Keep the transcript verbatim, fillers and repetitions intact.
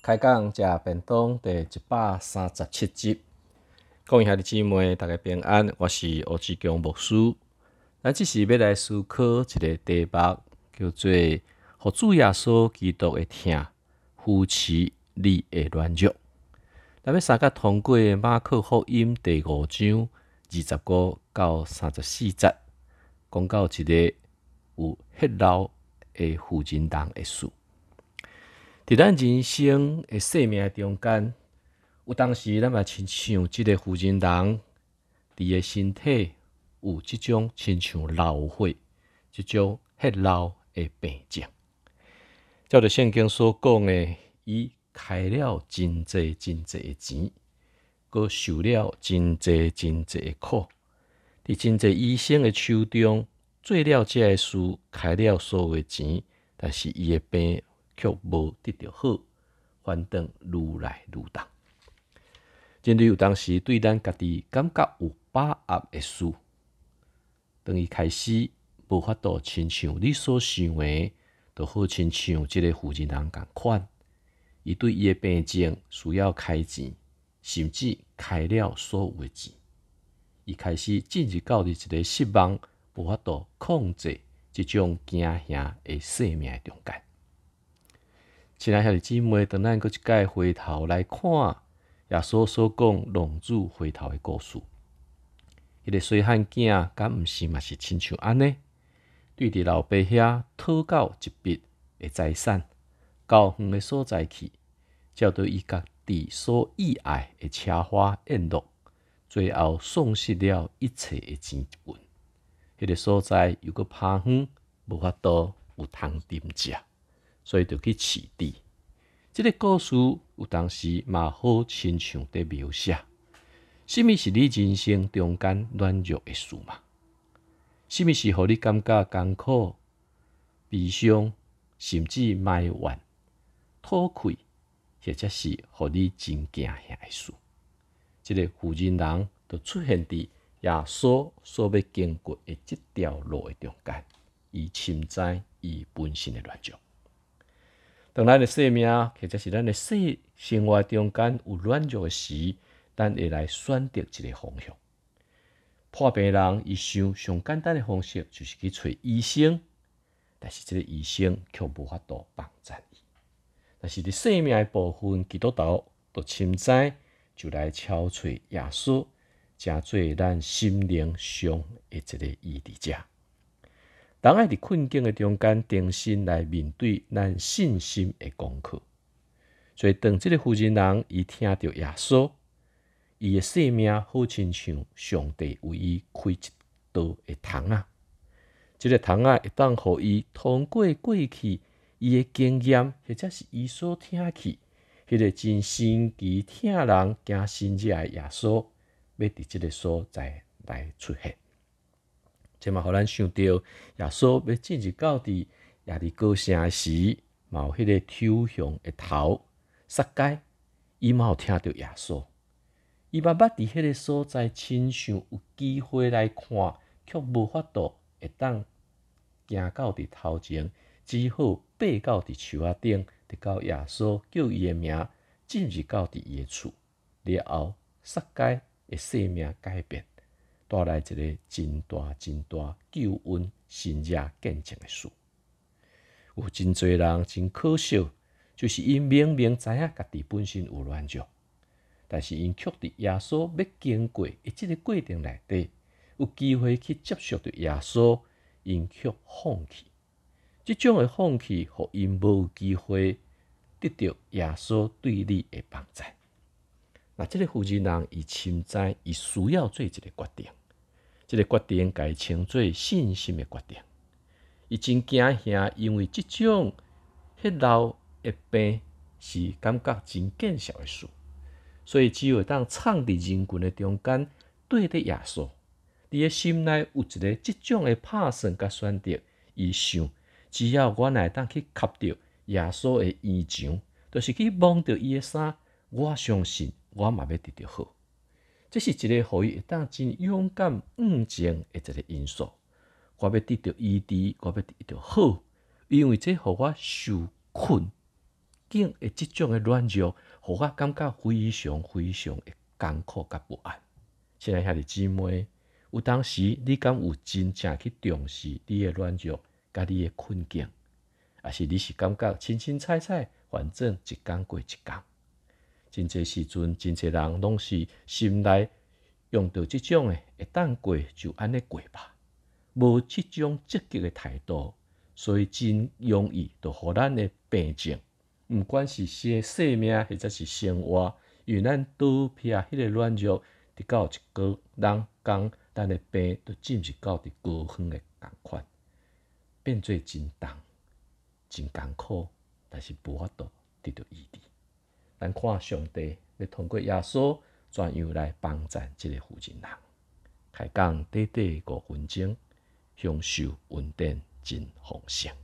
开讲食便当第一百三十七集，各位兄弟姊妹，大家平安，我是欧志强牧师。咱即是要来思考一个题目，叫做“互主耶稣基督的疼，扶持你的软弱”。咱要三甲通过马可福音第五章二十五到三十四节，讲到一个有血流的妇人人的事。伫咱人生的生命中间，有当时咱嘛亲像即个妇人人，伫个身体有即种亲像流血、即种血流的病症。照着圣经所讲的，伊开了真济真济的钱，佮受了真济真济的苦，伫真济医生的手中做了这个事，开了所有的钱，但是伊的病却无得到好，反倒愈来愈重。人类有当时对咱家己感觉有把握的事，当伊开始无法度亲像你所想的，就好亲像即个妇人人共款。伊对伊的病症需要开钱，甚至开了所有的钱。伊开始进入到一个失望，无法度控制即种惊吓的生命中间。亲爱兄弟姊妹，当咱搁一摆回头来看耶稣所讲浪子回头的故事，迄个细汉囝敢毋是嘛是亲像安尼，对伫老爸遐讨到一笔的财产，到远的所在去，照到伊家己所意爱的车花宴乐，最后丧失了一切的钱银。迄个所在又搁怕远，无法度有通啉食。所以就去饲猪。这个故事有当时嘛好亲像在描写，什么是你人生中间软弱的事嘛？什么是互你感觉艰苦、悲伤，甚至埋怨、吐气，或者是互你真惊吓的事？这个妇人人就出现伫耶稣所要经过的这条路的中间，伊深知伊本身的软弱。当咱的生命或者是咱的生生活中间有软弱的时，咱会来选择一个方向。破病人伊想上简单的方式就是去找医生，但是这个医生却无法度帮助伊。但是伫生命的部分，基督徒就深知，就来敲找耶稣，成做咱心灵上的一个医治者。人爱伫困境的中间，重新来面对咱信心的功课。所以，当这个妇人人伊听到耶稣，伊的生命好亲像上帝为伊开一道的窗啊。这个窗啊，会当互伊通过过去伊的经验，或者是伊所听去，迄、那个真神奇、疼人、惊心热的耶稣，要伫这个所在来出现。这嘛，互咱想到耶稣要进入到伫耶利哥城的时，嘛有迄个抽象的头撒该，伊嘛有听到耶稣，伊捌捌伫迄个所在，亲像有机会来看，却无法度会当行到伫头前，只好爬到伫树仔顶，直到耶稣叫伊的名，进入到伫伊的厝了后，撒该的生命改变。带来一个真大真大救恩、新热见证的事。有真侪人真可惜，就是因明明知影家己本身有软弱，但是因却伫耶稣要经过的这个过程内底，有机会去接受到耶稣，因却放弃。这种的放弃，互因无有机会得到耶稣对你的帮助。那这个妇人人，伊深知伊需要做一个决定。这个决定该称作信心的决定。伊真惊吓，因为这种血流的病是感觉真见效的事，所以只有会当藏伫人群的中间，对着耶稣。你的心内有一个这种的打算甲选择，伊想，只要我会当去吸到耶稣的衣裳，就是去摸到伊的衫，我相信我嘛要得到好。这是一个互伊会当真勇敢硬前的一个因素。我要得到医治，我要得到好，因为这互我受困境的即种的软弱，互我感觉非常非常的艰苦甲不安。亲爱兄弟姊妹，有当时你敢有真正去重视你的软弱甲你的困境，还是你是感觉清清彩彩，反正一天过一天？真侪时阵，真侪人拢是心内用到即种的会当过就安尼过吧，无即种积极的态度，所以真容易就互咱的病症，毋管是生生命或者是生活，因为咱倒撇迄个软弱，直到一个人讲，咱的病就进入到伫高远的共款，变做真重、真艰苦，但是无法度得到医治。咱看上帝要通过耶稣怎样来帮助即个负责人。开讲短短五分钟，享受稳定真丰盛。